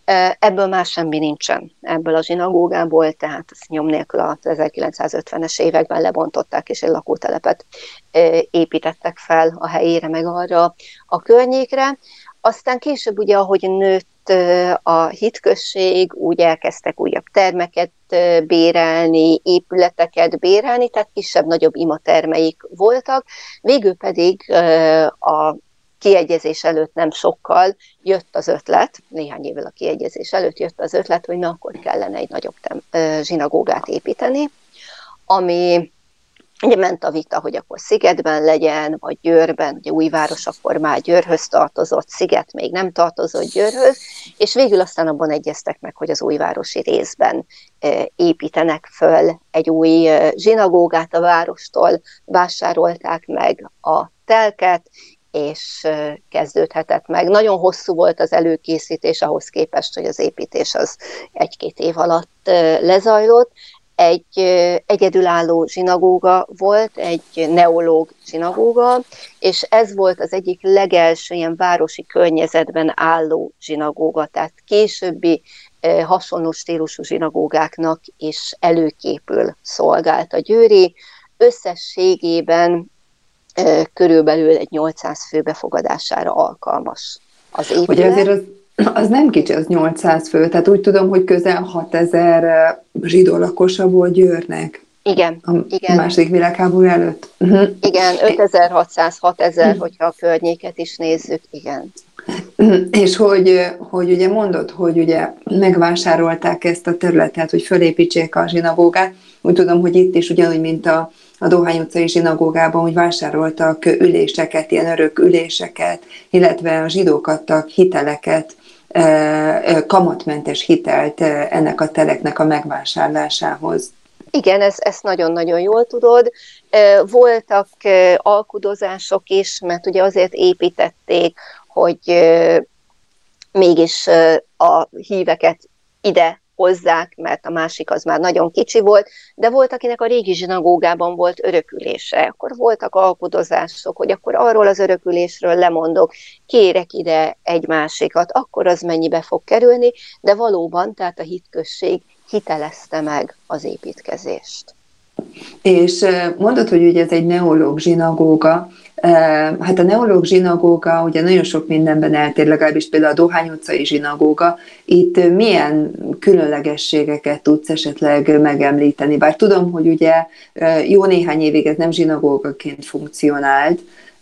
Ebből már semmi nincsen, ebből a zsinagógából, tehát ezt nyom nélkül az 1950-es években lebontották, és egy lakótelepet építettek fel a helyére, meg arra a környékre. Aztán később ugye, ahogy nőtt a hitközség, úgy elkezdtek újabb termeket bérelni, épületeket bérelni, tehát kisebb-nagyobb imatermeik voltak. Végül pedig a kiegyezés előtt nem sokkal jött az ötlet, néhány évvel a kiegyezés előtt jött az ötlet, hogy na akkor kellene egy nagyobb zsinagógát építeni, ami ugye ment a vita, hogy akkor Szigetben legyen, vagy Győrben, ugye Újváros akkor már Győrhöz tartozott, Sziget még nem tartozott Győrhöz, és végül aztán abban egyeztek meg, hogy az újvárosi részben építenek föl egy új zsinagógát a várostól, vásárolták meg a telket, és kezdődhetett meg. Nagyon hosszú volt az előkészítés ahhoz képest, hogy az építés az 1-2 év alatt lezajlott. Egy egyedülálló zsinagóga volt, egy neológ zsinagóga, és ez volt az egyik legelső ilyen városi környezetben álló zsinagóga, tehát későbbi hasonló stílusú zsinagógáknak is előképül szolgált a győri. Összességében körülbelül egy 800 fő befogadására alkalmas az épület. Ugye azért az nem kicsi, az 800 fő, tehát úgy tudom, hogy közel 6000 zsidó lakosa volt Győrnek. Igen, a második világháború előtt. Igen, 5600-6000, hogyha a környéket is nézzük, igen. És hogy ugye mondod, hogy ugye megvásárolták ezt a területet, hogy fölépítsék a zsinagógát. Úgy tudom, hogy itt is ugyanúgy, mint a Dohány utcai zsinagógában, hogy vásároltak üléseket, ilyen örök üléseket, illetve a zsidók adtak hiteleket, kamatmentes hitelt ennek a teleknek a megvásárlásához. Igen, ezt nagyon-nagyon jól tudod. Voltak alkudozások is, mert ugye azért építették, hogy mégis a híveket ide hozzák, mert a másik az már nagyon kicsi volt, de volt, akinek a régi zsinagógában volt örökülése, akkor voltak alkudozások, hogy akkor arról az örökülésről lemondok, kérek ide egy másikat, akkor az mennyibe fog kerülni, de valóban, tehát a hitközség hitelezte meg az építkezést. És mondod, hogy ugye ez egy neológ zsinagóga. Hát a neológ zsinagóga ugye nagyon sok mindenben eltér, legalábbis például a Dohány utcai zsinagóga. Itt milyen különlegességeket tudsz esetleg megemlíteni? Bár tudom, hogy ugye jó néhány évig ez nem zsinagógaként funkcionált,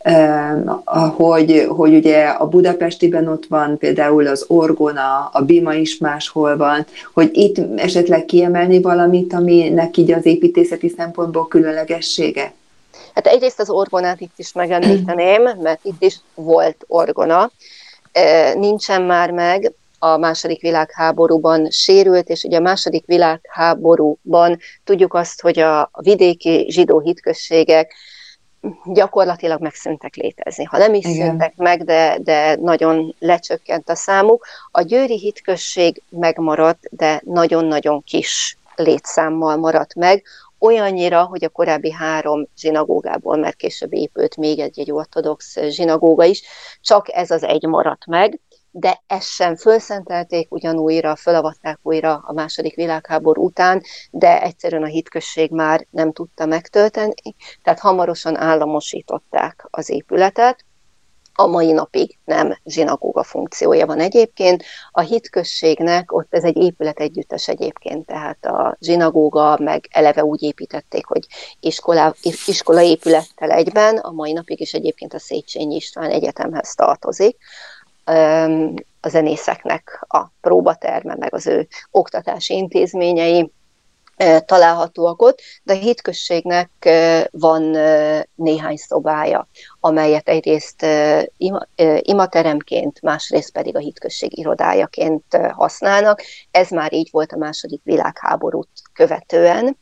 hogy ugye a budapestiben ott van például az orgona, a bima is máshol van, hogy itt esetleg kiemelni valamit, aminek így az építészeti szempontból különlegessége? Hát egyrészt az orgonát itt is megemlíteném, mert itt is volt orgona, nincsen már meg, a második világháborúban sérült, és ugye a második világháborúban tudjuk azt, hogy a vidéki zsidó hitközségek gyakorlatilag megszűntek létezni. Ha nem is szűntek meg, de nagyon lecsökkent a számuk. A győri hitközség megmaradt, de nagyon-nagyon kis létszámmal maradt meg, olyannyira, hogy a korábbi 3 zsinagógából, mert később épült még egy ortodox zsinagóga is, csak ez az egy maradt meg, de ezt sem fölszentelték ugyanújra, fölavatták újra a második világháború után, de egyszerűen a hitközség már nem tudta megtölteni, tehát hamarosan államosították az épületet. A mai napig nem zsinagóga funkciója van egyébként. A hitközségnek ott ez egy épület együttes egyébként, tehát a zsinagóga meg eleve úgy építették, hogy iskola épülettel egyben, a mai napig is egyébként a Széchenyi István Egyetemhez tartozik. A zenészeknek a próbaterme, meg az ő oktatási intézményei találhatóak ott, de a hitközségnek van néhány szobája, amelyet egyrészt imateremként, másrészt pedig a hitközség irodájaként használnak. Ez már így volt a második világháborút követően.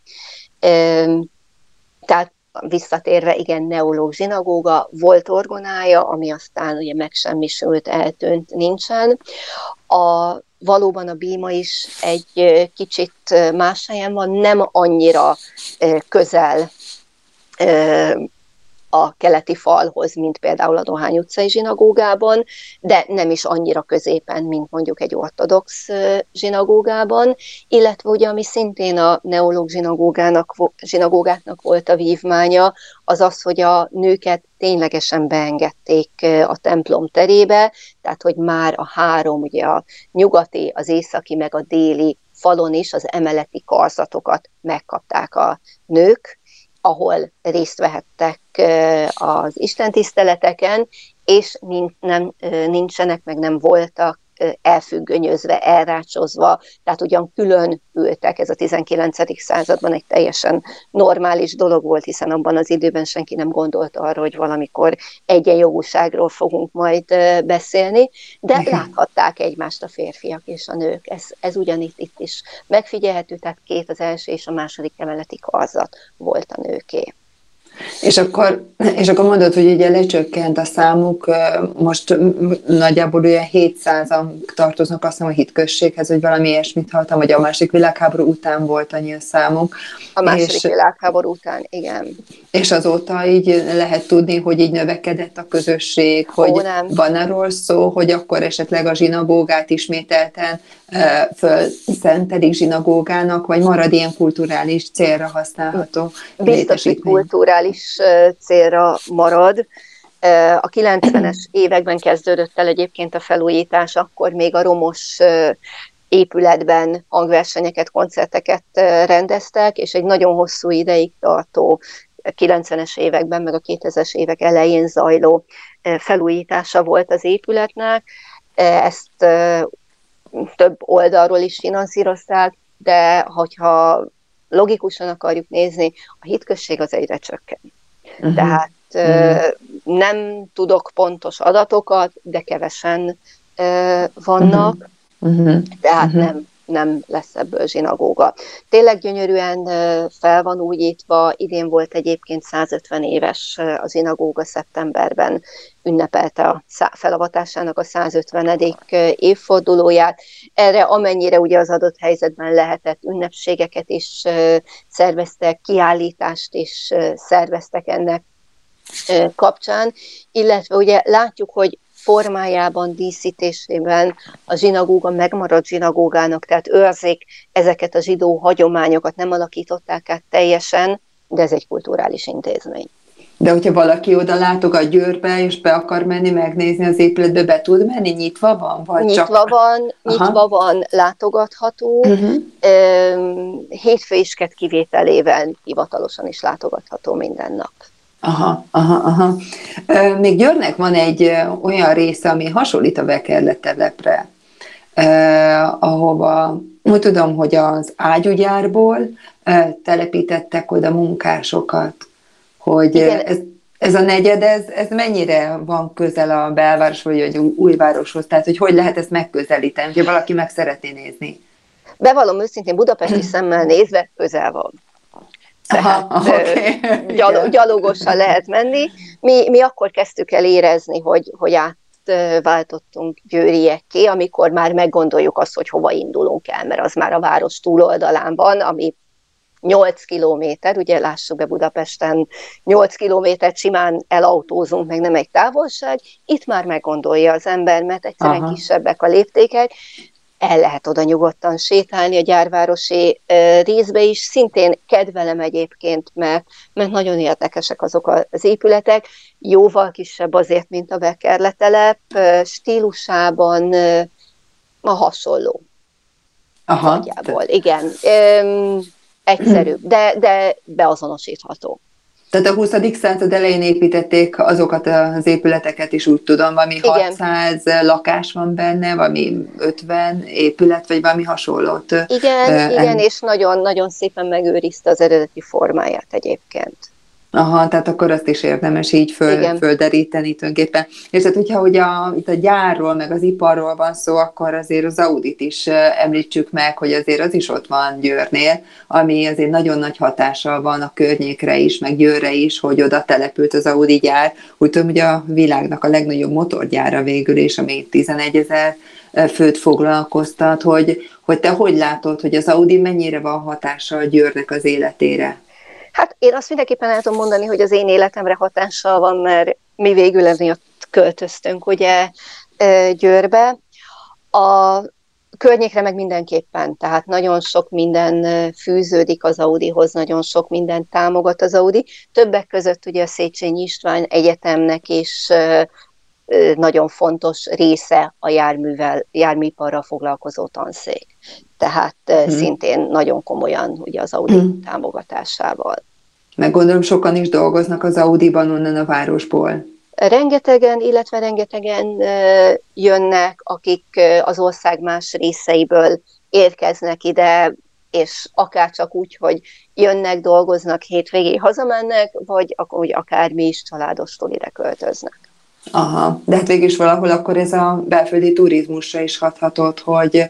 Tehát visszatérve, igen, neológ zsinagóga, volt orgonája, ami aztán ugye megsemmisült, eltűnt, nincsen. Valóban a bíma is egy kicsit más helyen van, nem annyira közel a keleti falhoz, mint például a Dohány utcai zsinagógában, de nem is annyira középen, mint mondjuk egy ortodox zsinagógában, illetve ugye, ami szintén a neológ zsinagógáknak volt a vívmánya, az az, hogy a nőket ténylegesen beengedték a templom terébe, tehát hogy már a három, ugye a nyugati, az északi, meg a déli falon is az emeleti karzatokat megkapták a nők, ahol részt vehettek az istentiszteleteken, és nincsenek, meg nem voltak elfüggönyözve, elrácsozva, tehát ugyan külön ültek, ez a 19. században egy teljesen normális dolog volt, hiszen abban az időben senki nem gondolt arra, hogy valamikor egyenjogúságról fogunk majd beszélni, de láthatták egymást a férfiak és a nők. Ez ugyanitt itt is megfigyelhető, tehát az első és a második emeleti karzat volt a nőké. És akkor mondod, hogy ugye lecsökkent a számuk, most nagyjából olyan 700-an tartoznak, azt hiszem, a hitközséghez, hogy valami ilyesmit hallottam, vagy a második világháború után volt annyi a számuk. A második világháború után, igen. És azóta így lehet tudni, hogy így növekedett a közösség, hogy van arról szó, hogy akkor esetleg a zsinagógát ismételten fölszentelik zsinagógának, vagy marad ilyen kulturális célra használható? Biztos, hogy kulturális célra marad. A 90-es években kezdődött el egyébként a felújítás, akkor még a romos épületben hangversenyeket, koncerteket rendeztek, és egy nagyon hosszú ideig tartó 90-es években, meg a 2000-es évek elején zajló felújítása volt az épületnek. Ezt több oldalról is finanszírozták, de hogyha logikusan akarjuk nézni, a hitközség az egyre csökken. Tehát nem tudok pontos adatokat, de kevesen vannak, tehát nem lesz ebből zsinagóga. Tényleg gyönyörűen fel van újítva, idén volt egyébként 150 éves a zsinagóga, szeptemberben ünnepelte a felavatásának a 150. évfordulóját. Erre amennyire ugye az adott helyzetben lehetett, ünnepségeket is szerveztek, kiállítást is szerveztek ennek kapcsán, illetve ugye látjuk, hogy formájában, díszítésében a zsinagóga megmaradt zsinagógának, tehát őrzik ezeket a zsidó hagyományokat, nem alakították át teljesen, de ez egy kulturális intézmény. De hogyha valaki oda látogat Győrbe, és be akar menni, megnézni az épületbe, be tud menni? Nyitva van? Vagy nyitva van, látogatható. Hétfőisked kivételével hivatalosan is látogatható minden nap. Aha. Még Győrnek van egy olyan része, ami hasonlít a Vekerle-telepre, ahova úgy tudom, hogy az ágyúgyárból telepítettek oda munkásokat, hogy ez a negyed, ez mennyire van közel a belváros vagy a újvároshoz, tehát hogy lehet ezt megközelíteni, hogyha valaki meg szeretné nézni? Bevallom őszintén, budapesti szemmel nézve közel van. Tehát gyalogosan lehet menni. Mi akkor kezdtük el érezni, hogy átváltottunk győriekké, amikor már meggondoljuk azt, hogy hova indulunk el, mert az már a város túloldalán van, ami 8 kilométer, ugye lássuk be, Budapesten 8 kilométert simán elautózunk, meg nem egy távolság, itt már meggondolja az ember, mert egyszerűen kisebbek a léptékek, el lehet oda nyugodtan sétálni a gyárvárosi részbe is, szintén kedvelem egyébként, mert nagyon érdekesek azok az épületek, jóval kisebb azért, mint a Vekerle-telep, stílusában hasonló. Nagyjából, igen. Egyszerűbb, de beazonosítható. Tehát a 20. század elején építették azokat az épületeket is, úgy tudom, valami 600 lakás van benne, valami 50 épület, vagy valami hasonlót. Igen, és nagyon-nagyon szépen megőrizte az eredeti formáját egyébként. Tehát akkor azt is érdemes így földeríteni tulajdonképpen. És tehát, hogyha itt a gyárról, meg az iparról van szó, akkor azért az Audit is említsük meg, hogy azért az is ott van Győrnél, ami azért nagyon nagy hatással van a környékre is, meg Győrre is, hogy oda települt az Audi gyár. Úgy tudom, hogy a világnak a legnagyobb motorgyára végül is, ami 11 000 főt foglalkoztat, hogy te hogy látod, hogy az Audi mennyire van hatással Győrnek az életére? Hát én azt mindenképpen el tudom mondani, hogy az én életemre hatással van, mert mi végül emiatt költöztünk ugye Győrbe. A környékre meg mindenképpen, tehát nagyon sok minden fűződik az Audihoz, nagyon sok minden támogat az Audi. Többek között ugye a Széchenyi István Egyetemnek is nagyon fontos része a járműiparral foglalkozó tanszék. Tehát szintén nagyon komolyan ugye az Audi támogatásával. Meg gondolom sokan is dolgoznak az Audiban onnan a városból. Rengetegen, illetve rengetegen jönnek, akik az ország más részeiből érkeznek ide, és akár csak úgy, hogy jönnek, dolgoznak, hétvégén hazamennek, vagy úgy akár mi is családostól ide költöznek. Aha, de hát végig is valahol akkor ez a belföldi turizmusra is hathatott, hogy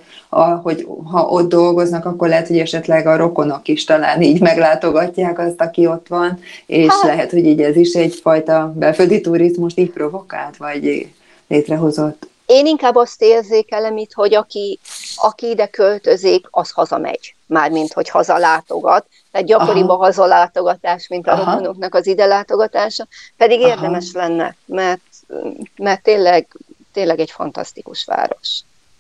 ha ott dolgoznak, akkor lehet, hogy esetleg a rokonok is talán így meglátogatják azt, aki ott van, és lehet, hogy így ez is egyfajta belföldi turizmust így provokált, vagy létrehozott. Én inkább azt érzékelem itt, hogy aki ide költözik, az hazamegy, mármint hogy hazalátogat. Tehát gyakoribb a hazalátogatás, mint a rokonoknak az ide látogatása, pedig érdemes lenne, mert tényleg egy fantasztikus város.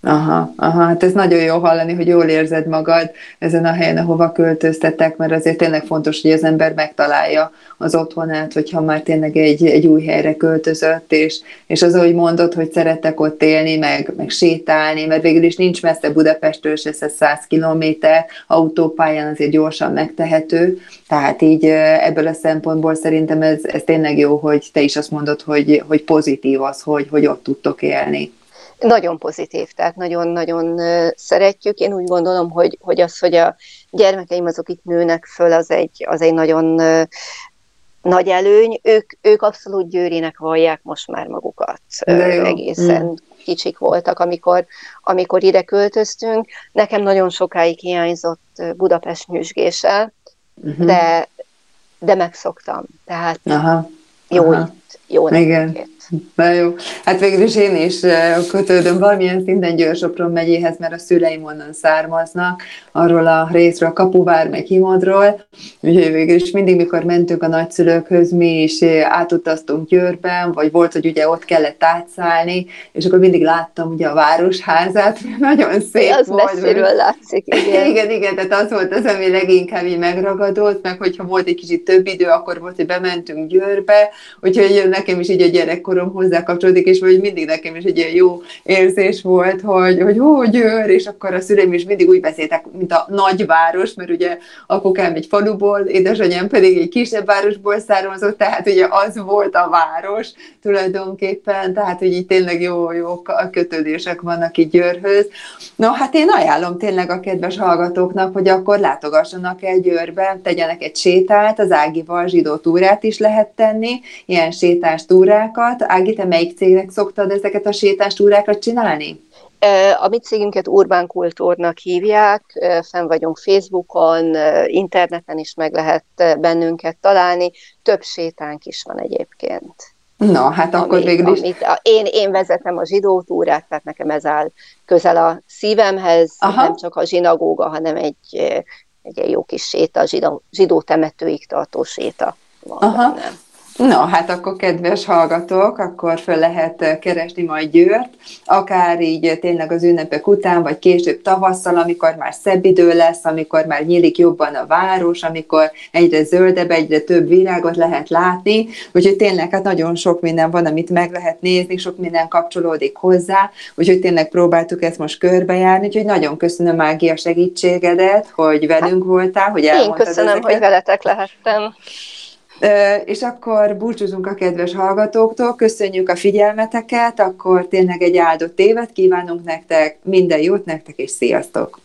Hát ez nagyon jó hallani, hogy jól érzed magad ezen a helyen, ahova költöztetek, mert azért tényleg fontos, hogy az ember megtalálja az otthonát, hogyha már tényleg egy új helyre költözött, és az, ahogy mondod, hogy szerettek ott élni, meg sétálni, mert végül is nincs messze Budapestről, és ez 100 kilométer, autópályán azért gyorsan megtehető, tehát így ebből a szempontból szerintem ez tényleg jó, hogy te is azt mondod, hogy pozitív az, hogy ott tudtok élni. Nagyon pozitív, tehát nagyon-nagyon szeretjük. Én úgy gondolom, hogy az, hogy a gyermekeim azok itt nőnek föl, az egy nagyon nagy előny. Ők abszolút győrinek vallják most már magukat. Egészen kicsik voltak, amikor ide költöztünk. Nekem nagyon sokáig hiányzott Budapest nyüzsgése, de megszoktam. Tehát jó itt, jó nekünk itt. Na jó. Hát végül is én is kötődöm valamilyen szinten Győr-Sopron megyéhez, mert a szüleim onnan származnak, arról a részről, Kapuvár meg Imodról. Úgyhogy végül is mindig, mikor mentünk a nagyszülőkhöz, mi is átutaztunk Győrben, vagy volt, hogy ugye ott kellett átszállni, és akkor mindig láttam ugye a városházát, nagyon szép az volt. Az messziről látszik, igen. igen, tehát az volt az, ami leginkább így megragadott, meg hogyha volt egy kicsit több idő, akkor volt, hogy bementünk Győrbe, úgyhogy nekem is így a gyerekkorom hozzá kapcsolódik, és hogy mindig nekem is egy ilyen jó érzés volt, hogy Győr, és akkor a szüleim is mindig úgy beszéltek, mint a nagyváros, mert ugye apukám egy faluból, édesanyám pedig egy kisebb városból származott, tehát ugye az volt a város tulajdonképpen, tehát hogy így tényleg jó kötődések vannak itt Győrhöz. No, hát én ajánlom tényleg a kedves hallgatóknak, hogy akkor látogassanak el Győrbe, tegyenek egy sétát, az Ágival zsidó túrát is lehet tenni, ilyen sétás túrákat. Ági, te melyik cégnek szoktad ezeket a sétás túrákat csinálni? A mi cégünket Urbán Kultúrnak hívják, fenn vagyunk Facebookon, interneten is meg lehet bennünket találni, több sétánk is van egyébként. Na, hát akkor végül is... Én vezetem a zsidó túrát, tehát nekem ez áll közel a szívemhez, nem csak a zsinagóga, hanem egy jó kis séta, zsidó temetőig tartó séta van bennem. Na, hát akkor kedves hallgatók, akkor föl lehet keresni majd Győrt, akár így tényleg az ünnepek után, vagy később tavasszal, amikor már szebb idő lesz, amikor már nyílik jobban a város, amikor egyre zöldebb, egyre több virágot lehet látni, úgyhogy tényleg hát nagyon sok minden van, amit meg lehet nézni, sok minden kapcsolódik hozzá, úgyhogy tényleg próbáltuk ezt most körbejárni, úgyhogy nagyon köszönöm, Ági, a segítségedet, hogy velünk voltál, hogy elmondtad ezeket. Én köszönöm, hogy veletek lehettem. És akkor búcsúzunk a kedves hallgatóktól, köszönjük a figyelmeteket, akkor tényleg egy áldott évet kívánunk nektek, minden jót nektek, és sziasztok!